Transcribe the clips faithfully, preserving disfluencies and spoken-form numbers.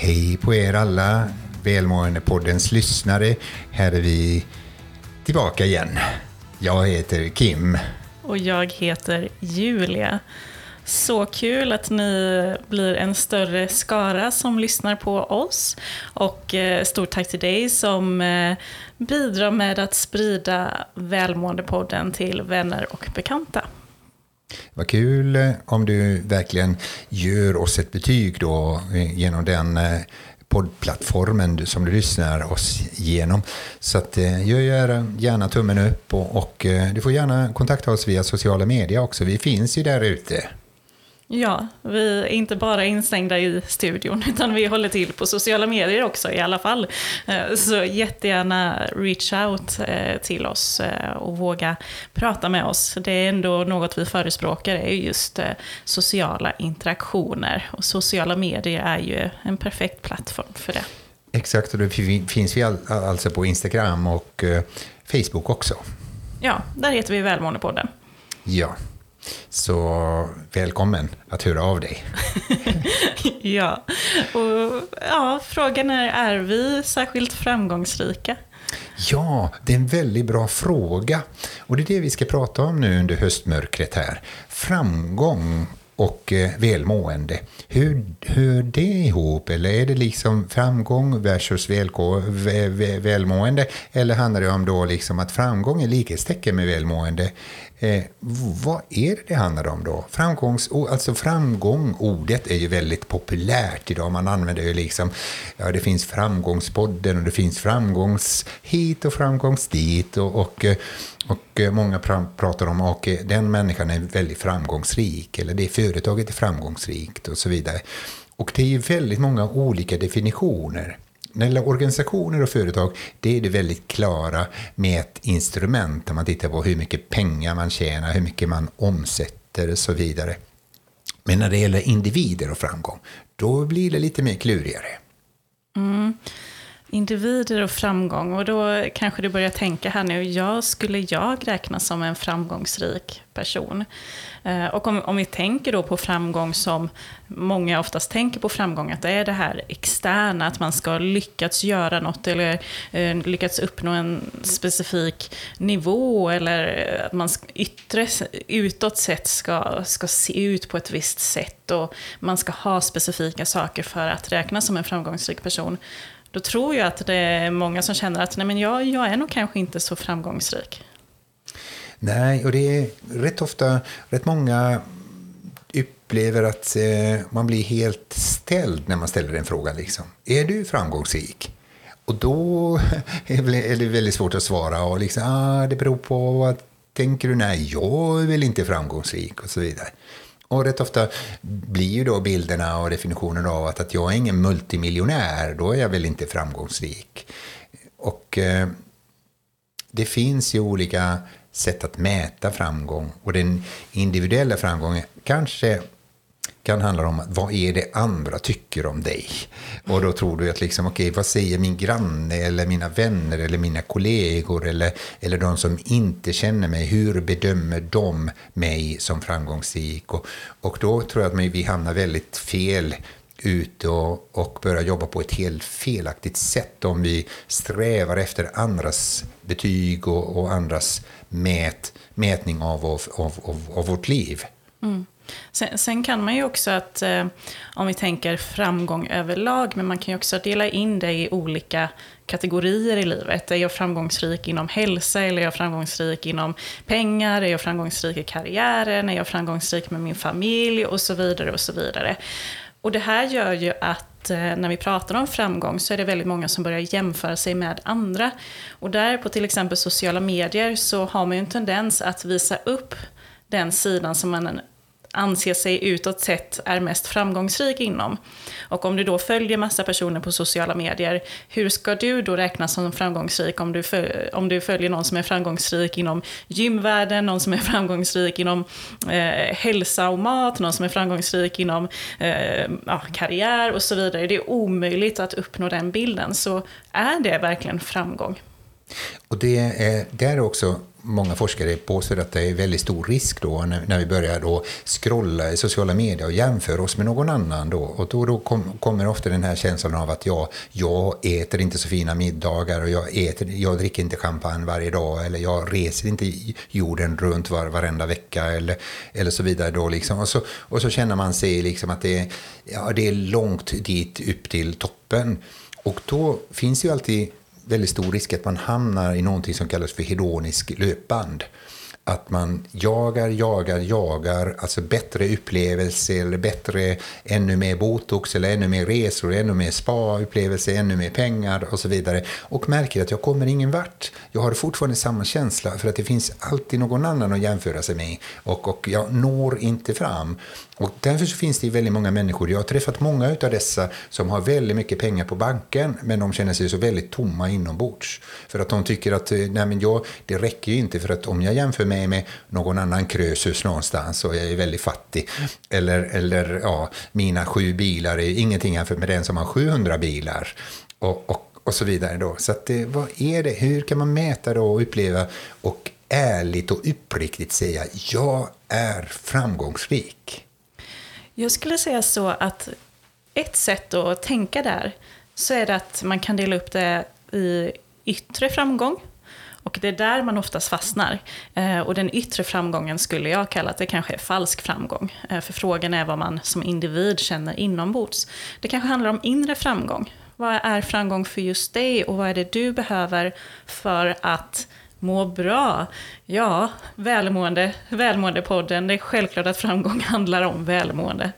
Hej på er alla, Välmående-poddens lyssnare. Här är vi tillbaka igen. Jag heter Kim. Och jag heter Julia. Så kul att ni blir en större skara som lyssnar på oss. Och stort tack till dig som bidrar med att sprida Välmående-podden till vänner och bekanta. Vad kul om du verkligen gör oss ett betyg då genom den poddplattformen som du lyssnar oss genom. Så att, gör gärna tummen upp och, och du får gärna kontakta oss via sociala medier också. Vi finns ju där ute. Ja, vi är inte bara instängda i studion utan vi håller till på sociala medier också i alla fall. Så jättegärna reach out till oss och våga prata med oss. Det är ändå något vi förespråkar, är just sociala interaktioner. Och sociala medier är ju en perfekt plattform för det. Exakt, och det finns vi alltså på Instagram och Facebook också. Ja, där heter vi Välmående-podden. Ja. Så välkommen att höra av dig. ja, och ja, frågan är, är vi särskilt framgångsrika? Ja, det är en väldigt bra fråga. Och det är det vi ska prata om nu under höstmörkret här. Framgång och eh, välmående. Hur hör det ihop? Eller är det liksom framgång versus välko, vä, vä, välmående? Eller handlar det om då liksom att framgång är likhetstecken med välmående? Eh, vad är det det handlar om då? Framgångs, alltså framgång, ordet är ju väldigt populärt idag. Man använder ju liksom, ja det finns framgångspodden och det finns framgångs hit och framgångs dit och, och, och många pr- pratar om att den människan är väldigt framgångsrik eller det företaget är framgångsrikt och så vidare. Och det är ju väldigt många olika definitioner. När det gäller organisationer och företag, det är det väldigt klara med ett instrument där man tittar på hur mycket pengar man tjänar, hur mycket man omsätter och så vidare. Men när det gäller individer och framgång, då blir det lite mer klurigare. Mm. Individer och framgång, och då kanske du börjar tänka här nu, ja, skulle jag räknas som en framgångsrik person? Och om, om vi tänker då på framgång som många oftast tänker på framgång, att det är det här externa, att man ska lyckats göra något eller eh, lyckats uppnå en specifik nivå eller att man yttre, utåt sett ska, ska se ut på ett visst sätt och man ska ha specifika saker för att räknas som en framgångsrik person. Då tror jag att det är många som känner att nej, men jag, jag är nog kanske inte så framgångsrik. Nej, och det är rätt ofta, rätt många upplever att eh, man blir helt ställd när man ställer den frågan. Liksom. Är du framgångsrik? Och då är det väldigt svårt att svara. Och liksom, ah, det beror på vad tänker du? Nej, jag är väl inte framgångsrik och så vidare. Och rätt ofta blir ju då bilderna och definitionen av att, att jag är ingen multimiljonär. Då är jag väl inte framgångsrik. Och eh, det finns ju olika sätt att mäta framgång, och den individuella framgången kanske kan handla om vad är det andra tycker om dig, och då tror du att liksom okej, okay, vad säger min granne eller mina vänner eller mina kollegor eller, eller de som inte känner mig, hur bedömer de mig som framgångsrik, och, och då tror jag att vi hamnar väldigt fel ut och, och börja jobba på ett helt felaktigt sätt om vi strävar efter andras betyg och, och andras mät, mätning av, av, av, av vårt liv. Mm. Sen, sen kan man ju också att eh, om vi tänker framgång överlag, men man kan ju också dela in det i olika kategorier i livet. Är jag framgångsrik inom hälsa, eller är jag framgångsrik inom pengar, är jag framgångsrik i karriären, är jag framgångsrik med min familj och så vidare och så vidare. Och det här gör ju att eh, när vi pratar om framgång så är det väldigt många som börjar jämföra sig med andra. Och där på till exempel sociala medier så har man ju en tendens att visa upp den sidan som man anser sig utåt sett är mest framgångsrik inom. Och om du då följer massa personer på sociala medier, hur ska du då räknas som framgångsrik om du, följer, om du följer någon som är framgångsrik inom gymvärlden, någon som är framgångsrik inom eh, hälsa och mat, någon som är framgångsrik inom eh, ja, karriär och så vidare. Det är omöjligt att uppnå den bilden. Så är det verkligen framgång? Och det är, det är också många forskare påstår att det är väldigt stor risk då när, när vi börjar då scrolla i sociala medier och jämföra oss med någon annan då. Och då, då kom, kommer ofta den här känslan av att jag, jag äter inte så fina middagar och jag, äter, jag dricker inte champagne varje dag eller jag reser inte jorden runt var, varenda vecka eller, eller så vidare då liksom. Och så, och så känner man sig liksom att det, ja, det är långt dit upp till toppen. Och då finns ju alltid väldigt stor risk att man hamnar i någonting som kallas för hedonisk löpband. Att man jagar, jagar, jagar, alltså bättre upplevelser eller bättre, ännu mer botox eller ännu mer resor, ännu mer spa-upplevelser, ännu mer pengar och så vidare. Och märker att jag kommer ingen vart. Jag har fortfarande samma känsla för att det finns alltid någon annan att jämföra sig med och, och jag når inte fram. Och därför så finns det väldigt många människor, jag har träffat många av dessa som har väldigt mycket pengar på banken men de känner sig så väldigt tomma inombords. För att de tycker att nej men jag, det räcker ju inte för att om jag jämför mig med någon annan krösus någonstans så är jag väldigt fattig. Eller, eller ja, mina sju bilar är ingenting jämfört med den som har sjuhundra bilar och, och, och så vidare då. Så att det, vad är det, hur kan man mäta då och uppleva och ärligt och uppriktigt säga jag är framgångsrik? Jag skulle säga så att ett sätt att tänka där så är det att man kan dela upp det i yttre framgång. Och det är där man oftast fastnar. Eh, och den yttre framgången skulle jag kalla att det kanske är falsk framgång. Eh, för frågan är vad man som individ känner inombords. Det kanske handlar om inre framgång. Vad är framgång för just dig och vad är det du behöver för att må bra? Ja, välmående, välmående-podden. Det är självklart att framgång handlar om välmående.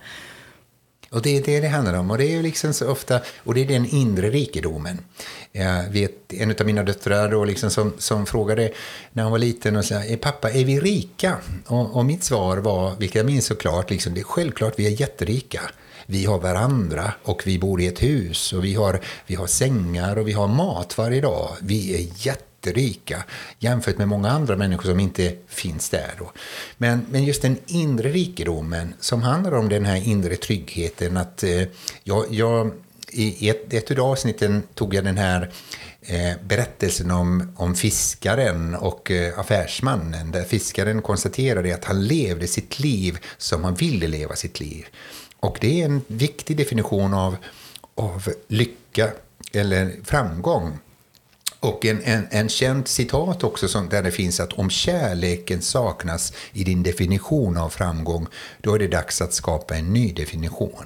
Och det är det det handlar om. Och det är ju liksom så ofta, och det är den inre rikedomen. Jag vet en av mina döttrar då liksom som, som frågade när hon var liten och sa, pappa, är vi rika? Och, och mitt svar var, vilket jag minns såklart, liksom, det är självklart vi är jätterika. Vi har varandra och vi bor i ett hus och vi har, vi har sängar och vi har mat varje dag. Vi är jätterika jämfört med många andra människor som inte finns där då. Men, men just den inre rikedomen som handlar om den här inre tryggheten att eh, jag, jag i ett, ett av avsnitten tog jag den här eh, berättelsen om, om fiskaren och eh, affärsmannen där fiskaren konstaterade att han levde sitt liv som han ville leva sitt liv. Och det är en viktig definition av, av lycka eller framgång. Och en, en, en känd citat också som, där det finns att om kärleken saknas i din definition av framgång, då är det dags att skapa en ny definition.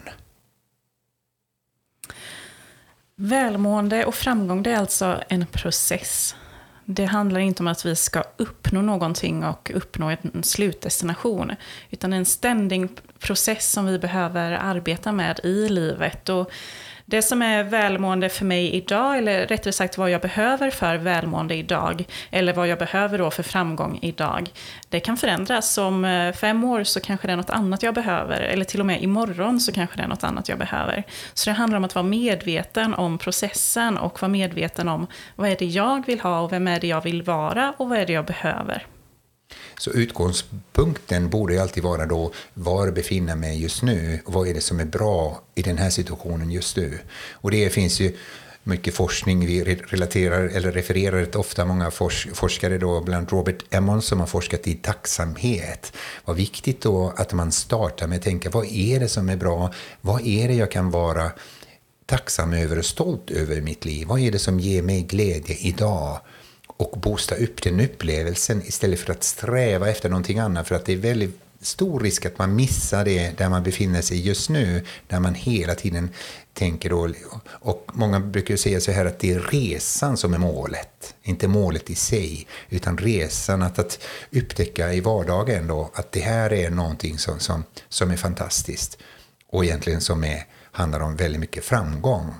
Välmående och framgång, det är alltså en process. Det handlar inte om att vi ska uppnå någonting och uppnå en slutdestination, utan en ständig process som vi behöver arbeta med i livet. Och det som är välmående för mig idag, eller rättare sagt vad jag behöver för välmående idag, eller vad jag behöver då för framgång idag, det kan förändras. Om fem år så kanske det är något annat jag behöver, eller till och med imorgon så kanske det är något annat jag behöver. Så det handlar om att vara medveten om processen och vara medveten om vad är det jag vill ha och vem är det jag vill vara och vad är det jag behöver. Så utgångspunkten borde ju alltid vara då, var befinner mig just nu och vad är det som är bra i den här situationen just nu. Och det finns ju mycket forskning, vi relaterar eller refererar ofta många fors- forskare då, bland Robert Emmons som har forskat i tacksamhet. Vad viktigt då att man startar med att tänka, vad är det som är bra, vad är det jag kan vara tacksam över och stolt över i mitt liv, vad är det som ger mig glädje idag? Och boosta upp den upplevelsen istället för att sträva efter någonting annat. För att det är väldigt stor risk att man missar det där man befinner sig just nu. Där man hela tiden tänker då. Och många brukar säga så här att det är resan som är målet. Inte målet i sig. Utan resan att, att upptäcka i vardagen då. Att det här är någonting som, som, som är fantastiskt. Och egentligen som är, handlar om väldigt mycket framgång.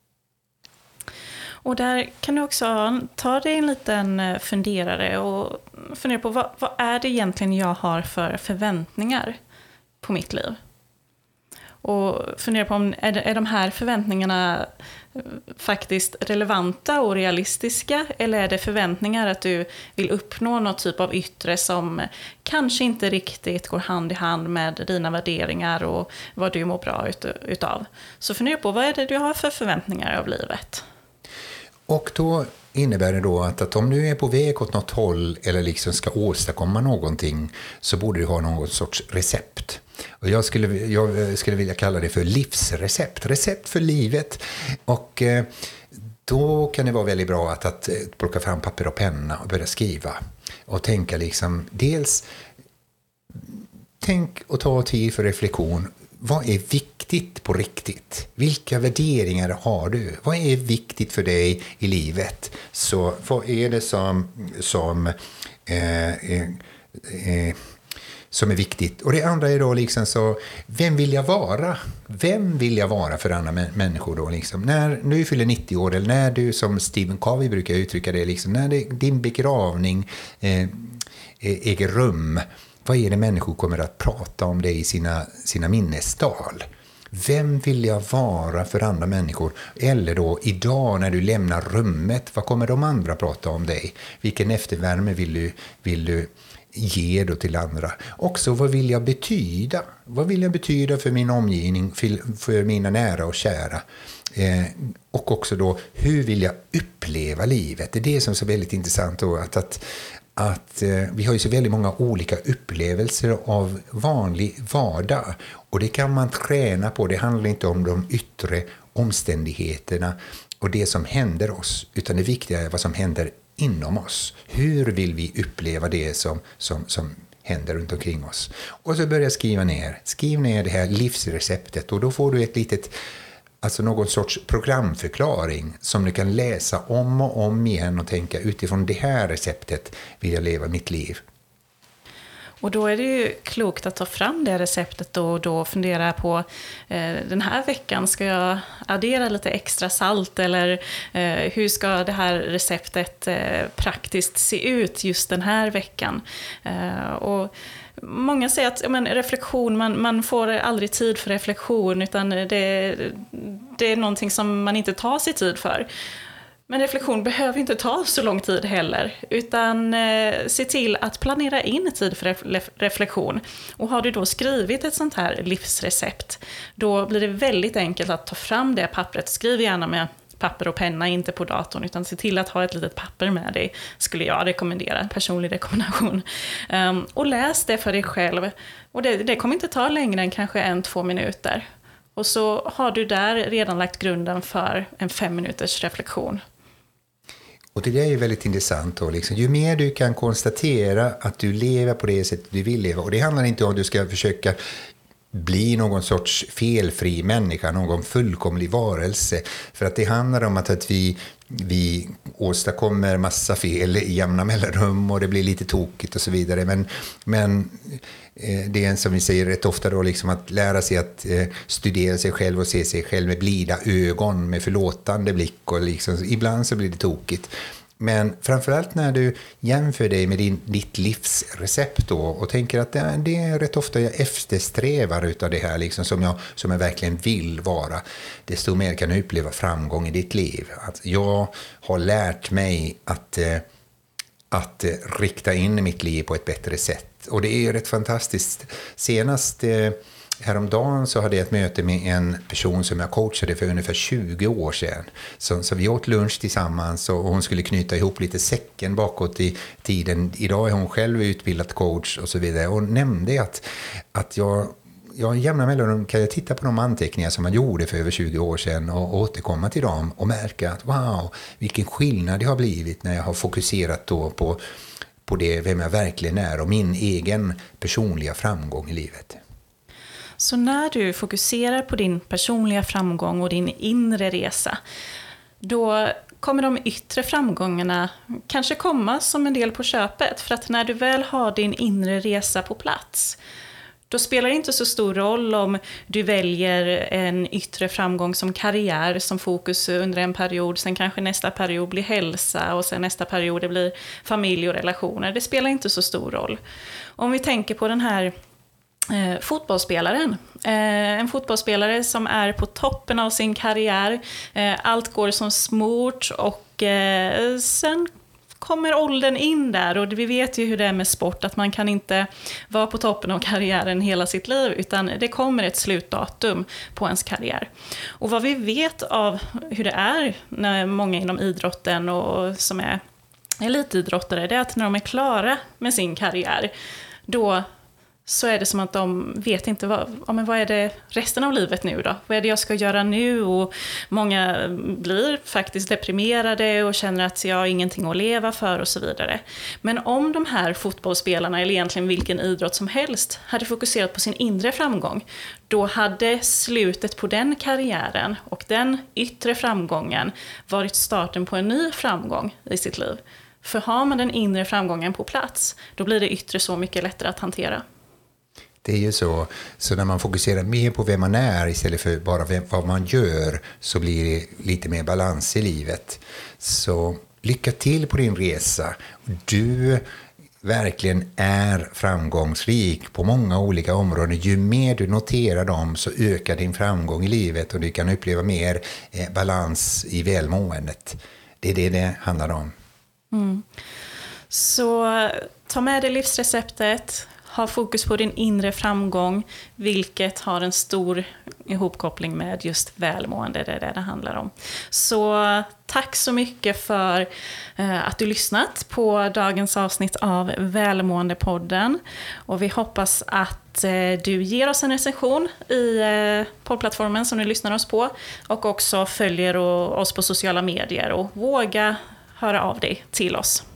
Och där kan du också ta dig en liten funderare och fundera på vad, vad är det egentligen jag har för förväntningar på mitt liv. Och fundera på om är, det, är de här förväntningarna faktiskt relevanta och realistiska, eller är det förväntningar att du vill uppnå någon typ av yttre som kanske inte riktigt går hand i hand med dina värderingar och vad du mår bra ut, utav. Så fundera på vad är det du har för förväntningar av livet. Och då innebär det då att, att om du är på väg åt något håll eller liksom ska åstadkomma någonting, så borde du ha något sorts recept. Och jag skulle, jag skulle vilja kalla det för livsrecept. Recept för livet. Och eh, då kan det vara väldigt bra att, att plocka fram papper och penna och börja skriva. Och tänka liksom, dels tänk och ta tid för reflektion. Vad är viktigt på riktigt? Vilka värderingar har du? Vad är viktigt för dig i livet? Så vad är det som, som, eh, eh, eh, som är viktigt? Och det andra är då liksom så, vem vill jag vara? Vem vill jag vara för andra mä- människor då? Liksom? När du fyller nittio år, eller när du, som Stephen Covey brukar uttrycka det, liksom, när det, din begravning eh, äger rum, vad är det människor kommer att prata om dig i sina, sina minnestal? Vem vill jag vara för andra människor? Eller då idag när du lämnar rummet, vad kommer de andra prata om dig? Vilken eftervärme vill du, vill du ge då till andra? Också, vad vill jag betyda? Vad vill jag betyda för min omgivning, för, för mina nära och kära? Eh, och också då, hur vill jag uppleva livet? Det är det som är så väldigt intressant då, att, att att eh, vi har ju så väldigt många olika upplevelser av vanlig vardag, och det kan man träna på. Det handlar inte om de yttre omständigheterna och det som händer oss, utan det viktiga är vad som händer inom oss. Hur vill vi uppleva det som, som, som händer runt omkring oss? Och så börja skriva ner. Skriv ner det här livsreceptet, och då får du ett litet, alltså någon sorts programförklaring som du kan läsa om och om igen och tänka, utifrån det här receptet vill jag leva mitt liv. Och då är det ju klokt att ta fram det receptet och då fundera på eh, den här veckan ska jag addera lite extra salt, eller eh, hur ska det här receptet eh, praktiskt se ut just den här veckan. Eh, och många säger att ja, men reflektion, man, man får aldrig tid för reflektion, utan det, det är någonting som man inte tar sig tid för. Men reflektion behöver inte ta så lång tid heller, utan eh, se till att planera in tid för ref- reflektion. Och har du då skrivit ett sånt här livsrecept, då blir det väldigt enkelt att ta fram det pappret. Skriv gärna med papper och penna, inte på datorn, utan se till att ha ett litet papper med dig, skulle jag rekommendera, en personlig rekommendation. Um, och läs det för dig själv. Och det, det kommer inte ta längre än kanske en, två minuter. Och så har du där redan lagt grunden för en fem minuters reflektion. Och det är ju väldigt intressant då, liksom. Ju mer du kan konstatera att du lever på det sättet du vill leva, och det handlar inte om att du ska försöka bli någon sorts felfri människa, någon fullkomlig varelse, för att det handlar om att, att vi, vi åstadkommer massa fel i jämna mellanrum och det blir lite tokigt och så vidare, men, men det är en, som vi säger rätt ofta då, liksom att lära sig att eh, studera sig själv och se sig själv med blida ögon, med förlåtande blick, och liksom, ibland så blir det tokigt. Men framförallt när du jämför dig med din, ditt livsrecept då, och tänker att det, det är rätt ofta jag eftersträvar utav det här liksom, som, jag, som jag verkligen vill vara, desto mer kan du uppleva framgång i ditt liv. Att jag har lärt mig att, eh, att eh, rikta in mitt liv på ett bättre sätt. Och det är ju rätt fantastiskt. Senast eh, häromdagen så hade jag ett möte med en person som jag coachade för ungefär tjugo år sedan. Så, så vi åt lunch tillsammans, och hon skulle knyta ihop lite säcken bakåt i tiden. Idag är hon själv utbildad coach och så vidare. Och nämnde att, att jag, jag jämna mellan kan jag titta på de anteckningar som man gjorde för över tjugo år sedan och återkomma till dem och märka att wow, vilken skillnad det har blivit när jag har fokuserat då på på det, vem jag verkligen är och min egen personliga framgång i livet. Så när du fokuserar på din personliga framgång och din inre resa, då kommer de yttre framgångarna kanske komma som en del på köpet. För att när du väl har din inre resa på plats, då spelar det inte så stor roll om du väljer en yttre framgång som karriär, som fokus under en period. Sen kanske nästa period blir hälsa, och sen nästa period det blir familj och relationer. Det spelar inte så stor roll. Om vi tänker på den här eh, fotbollsspelaren. Eh, en fotbollsspelare som är på toppen av sin karriär. Eh, allt går som smort, och eh, sen kommer åldern in där, och vi vet ju hur det är med sport, att man kan inte vara på toppen av karriären hela sitt liv, utan det kommer ett slutdatum på ens karriär. Och vad vi vet av hur det är när många inom idrotten och som är elitidrottare, det är att när de är klara med sin karriär, då så är det som att de vet inte vad, ja, men vad är det resten av livet nu då? Vad är det jag ska göra nu? Och många blir faktiskt deprimerade och känner att jag har ingenting att leva för och så vidare. Men om de här fotbollsspelarna, eller egentligen vilken idrott som helst, hade fokuserat på sin inre framgång, då hade slutet på den karriären och den yttre framgången varit starten på en ny framgång i sitt liv. För har man den inre framgången på plats, då blir det yttre så mycket lättare att hantera. Det är ju så. Så när man fokuserar mer på vem man är istället för bara vem, vad man gör, så blir det lite mer balans i livet. Så lycka till på din resa. Du verkligen är framgångsrik på många olika områden. Ju mer du noterar dem, så ökar din framgång i livet och du kan uppleva mer balans i välmåendet. Det är det det handlar om. Mm. Så ta med dig livsreceptet, ha fokus på din inre framgång, vilket har en stor ihopkoppling med just välmående, det är det det handlar om. Så tack så mycket för eh, att du lyssnat på dagens avsnitt av Välmåendepodden, och vi hoppas att eh, du ger oss en recension i eh, poddplattformen som du lyssnar oss på, och också följer och, oss på sociala medier och våga höra av dig till oss.